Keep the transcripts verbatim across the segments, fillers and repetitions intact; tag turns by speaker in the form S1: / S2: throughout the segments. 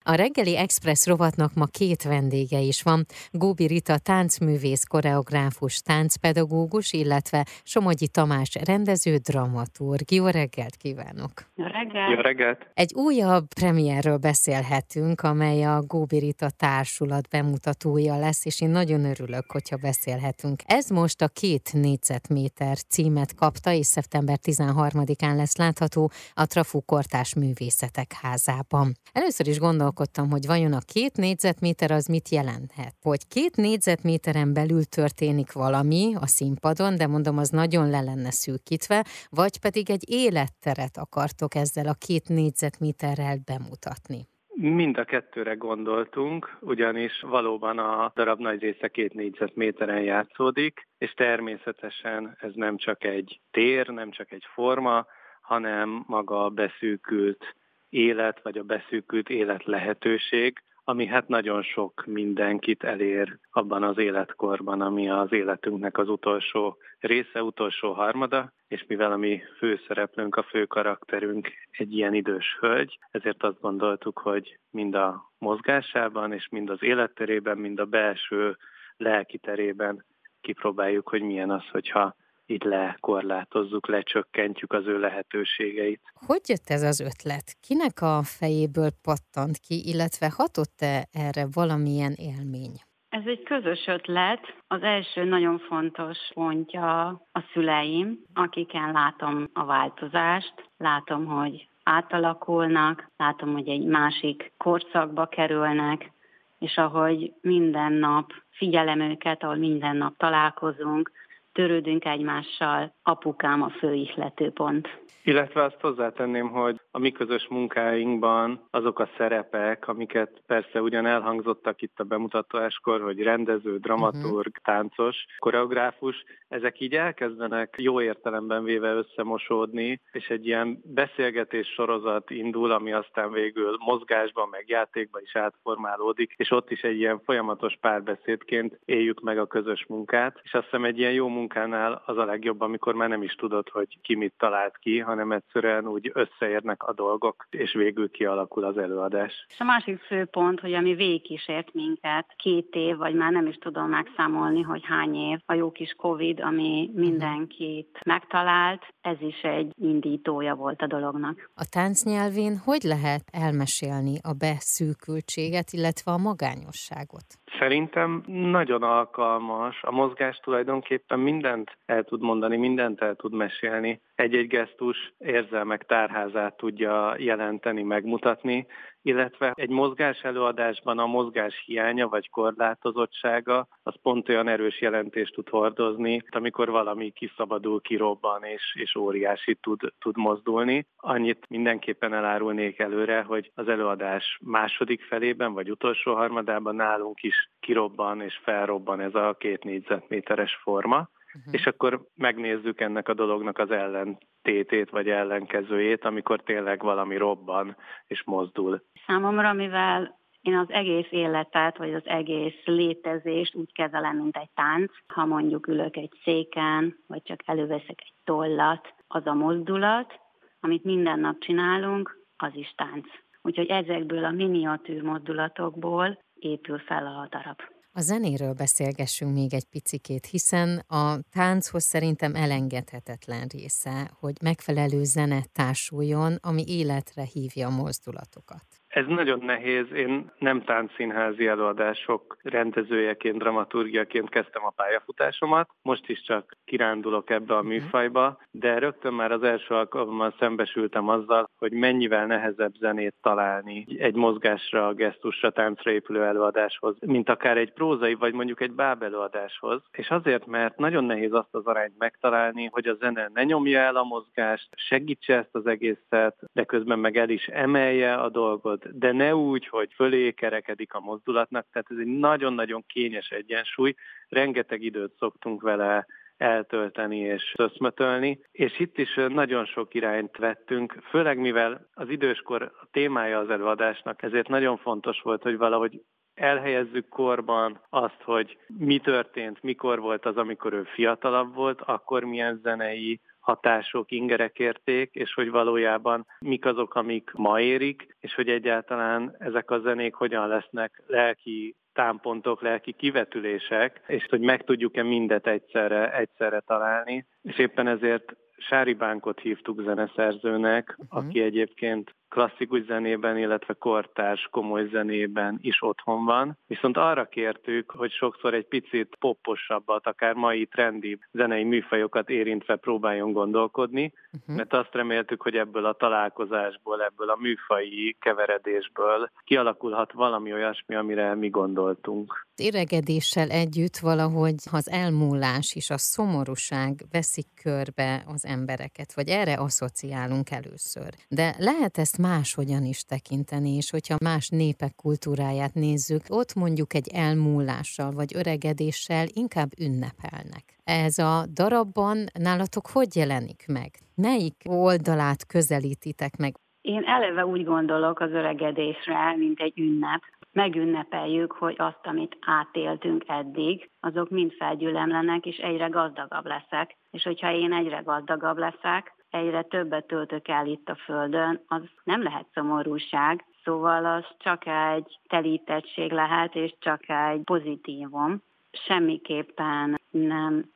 S1: A reggeli Express rovatnak ma két vendége is van. Góbi Rita táncművész, koreográfus, táncpedagógus, illetve Somogyi Tamás rendező, dramaturg. Jó reggelt kívánok!
S2: Jó reggelt!
S3: Jó reggelt!
S1: Egy újabb premierről beszélhetünk, amely a Góbi Rita társulat bemutatója lesz, és én nagyon örülök, hogyha beszélhetünk. Ez most a Két négyzetméter címet kapta, és szeptember tizenharmadikán lesz látható a Trafó Kortárs Művészetek Házában. Először is gondolkodtam, hogy vajon a két négyzetméter az mit jelenthet? Hogy két négyzetméteren belül történik valami a színpadon, de mondom, az nagyon le lenne szűkítve, vagy pedig egy életteret akartok ezzel a két négyzetméterrel bemutatni?
S3: Mind a kettőre gondoltunk, ugyanis valóban a darab nagy része két négyzetméteren játszódik, és természetesen ez nem csak egy tér, nem csak egy forma, hanem maga a beszűkült élet, vagy a beszűkült élet lehetőség, ami hát nagyon sok mindenkit elér abban az életkorban, ami az életünknek az utolsó része, utolsó harmada, és mivel a mi főszereplőnk, a fő karakterünk egy ilyen idős hölgy, ezért azt gondoltuk, hogy mind a mozgásában, és mind az életterében, mind a belső lelki terében kipróbáljuk, hogy milyen az, hogyha itt lekorlátozzuk, lecsökkentjük az ő lehetőségeit.
S1: Hogy jött ez az ötlet? Kinek a fejéből pattant ki, illetve hatott-e erre valamilyen élmény?
S2: Ez egy közös ötlet. Az első nagyon fontos pontja a szüleim, akiken látom a változást, látom, hogy átalakulnak, látom, hogy egy másik korszakba kerülnek, és ahogy minden nap figyelem őket, ahol minden nap találkozunk, törődünk egymással, apukám a fő ihletőpont.
S3: Illetve azt hozzátenném, hogy a mi közös munkáinkban azok a szerepek, amiket persze ugyan elhangzottak itt a bemutatáskor, hogy rendező, dramaturg, táncos, koreográfus, ezek így elkezdenek jó értelemben véve összemosódni, és egy ilyen beszélgetés sorozat indul, ami aztán végül mozgásban, meg játékban is átformálódik, és ott is egy ilyen folyamatos párbeszédként éljük meg a közös munkát, és azt hiszem egy ilyen jó munkánál az a legjobb, amikor már nem is tudod, hogy ki mit talált ki, hanem egyszerűen úgy összeérnek a dolgok, és végül kialakul az előadás.
S2: És a másik fő pont, hogy ami végigkísért minket két év, vagy már nem is tudom megszámolni, hogy hány év, a jó kis Covid, ami mindenkit megtalált, ez is egy indítója volt a dolognak.
S1: A táncnyelvén hogy lehet elmesélni a beszűkültséget, illetve a magányosságot?
S3: Szerintem nagyon alkalmas. A mozgás tulajdonképpen mindent el tud mondani, mindent el tud mesélni. Egy-egy gesztus érzelmek tárházát tudja jelenteni, megmutatni, illetve egy mozgás előadásban a mozgás hiánya vagy korlátozottsága az pont olyan erős jelentést tud hordozni, amikor valami kiszabadul, kirobban és, és óriási tud, tud mozdulni. Annyit mindenképpen elárulnék előre, hogy az előadás második felében vagy utolsó harmadában nálunk is kirobban és felrobban ez a két négyzetméteres forma. Uh-huh. És akkor megnézzük ennek a dolognak az ellentétét vagy ellenkezőjét, amikor tényleg valami robban és mozdul.
S2: Számomra, mivel én az egész életet, vagy az egész létezést úgy kezelem, mint egy tánc, ha mondjuk ülök egy széken, vagy csak előveszek egy tollat, az a mozdulat, amit minden nap csinálunk, az is tánc. Úgyhogy ezekből a miniatűr mozdulatokból épül fel a darab.
S1: A zenéről beszélgessünk még egy picikét, hiszen a tánchoz szerintem elengedhetetlen része, hogy megfelelő zene társuljon, ami életre hívja a mozdulatokat.
S3: Ez nagyon nehéz. Én nem táncszínházi előadások rendezőjeként, dramaturgiaként kezdtem a pályafutásomat. Most is csak kirándulok ebbe a műfajba, de rögtön már az első alkalommal szembesültem azzal, hogy mennyivel nehezebb zenét találni egy mozgásra, gesztusra, táncra épülő előadáshoz, mint akár egy prózai, vagy mondjuk egy báb előadáshoz. És azért, mert nagyon nehéz azt az arányt megtalálni, hogy a zene ne nyomja el a mozgást, segítse ezt az egészet, de közben meg el is emelje a dolgot, de ne úgy, hogy fölé kerekedik a mozdulatnak, tehát ez egy nagyon-nagyon kényes egyensúly, rengeteg időt szoktunk vele eltölteni és összmötölni, és itt is nagyon sok irányt vettünk, főleg mivel az időskor a témája az előadásnak, ezért nagyon fontos volt, hogy valahogy elhelyezzük korban azt, hogy mi történt, mikor volt az, amikor ő fiatalabb volt, akkor milyen zenei hatások, ingerek érték, és hogy valójában mik azok, amik ma érik, és hogy egyáltalán ezek a zenék hogyan lesznek lelki támpontok, lelki kivetülések, és hogy meg tudjuk-e mindet egyszerre, egyszerre találni. És éppen ezért Sári Bánkot hívtuk zeneszerzőnek, uh-huh. aki egyébként klasszikus zenében, illetve kortárs komoly zenében is otthon van. Viszont arra kértük, hogy sokszor egy picit popposabbat, akár mai trendi zenei műfajokat érintve próbáljon gondolkodni, uh-huh. mert azt reméltük, hogy ebből a találkozásból, ebből a műfaji keveredésből kialakulhat valami olyasmi, amire mi gondoltunk.
S1: Éregedéssel együtt valahogy az elmúlás és a szomorúság veszik körbe az embereket, vagy erre asszociálunk először. De lehet ezt máshogyan is tekinteni, és hogyha más népek kultúráját nézzük, ott mondjuk egy elmúlással vagy öregedéssel inkább ünnepelnek. Ez a darabban nálatok hogy jelenik meg? Melyik oldalát közelítitek meg?
S2: Én eleve úgy gondolok az öregedésre, mint egy ünnep. Megünnepeljük, hogy azt, amit átéltünk eddig, azok mind felgyülemlenek, és egyre gazdagabb leszek. És hogyha én egyre gazdagabb leszek, egyre többet töltök el itt a Földön, az nem lehet szomorúság, szóval az csak egy telítettség lehet, és csak egy pozitívum. Semmiképpen nem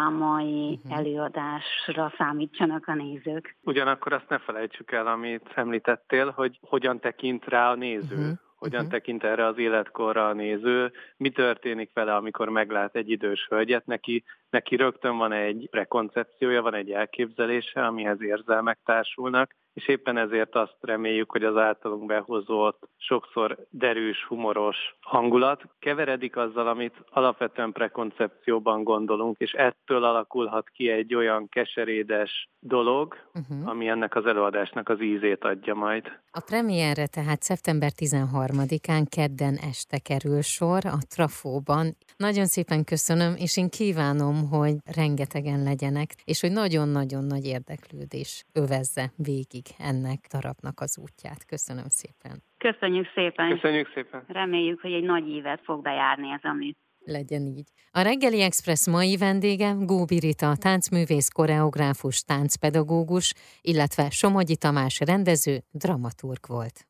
S2: drámai uh-huh. előadásra számítsanak a nézők.
S3: Ugyanakkor azt ne felejtsük el, amit említettél, hogy hogyan tekint rá a néző. Uh-huh. Hogyan uh-huh. tekint erre az életkorra a néző, mi történik vele, amikor meglát egy idős hölgyet, neki, neki rögtön van egy prekoncepciója, van egy elképzelése, amihez érzelmek társulnak, és éppen ezért azt reméljük, hogy az általunk behozott, sokszor derűs, humoros hangulat keveredik azzal, amit alapvetően prekoncepcióban gondolunk, és ettől alakulhat ki egy olyan keserédes dolog, uh-huh. ami ennek az előadásnak az ízét adja majd.
S1: A premierre tehát szeptember tizenharmadikán kedden este kerül sor a Trafóban. Nagyon szépen köszönöm, és én kívánom, hogy rengetegen legyenek, és hogy nagyon-nagyon nagy érdeklődés övezze végig ennek darabnak az útját. Köszönöm szépen.
S2: Köszönjük szépen.
S3: Köszönjük szépen.
S2: Reméljük, hogy egy nagy évet fog bejárni ez a mű.
S1: Legyen így. A Reggeli Express mai vendége Góbi Rita, táncművész, koreográfus, táncpedagógus, illetve Somogyi Tamás rendező, dramaturg volt.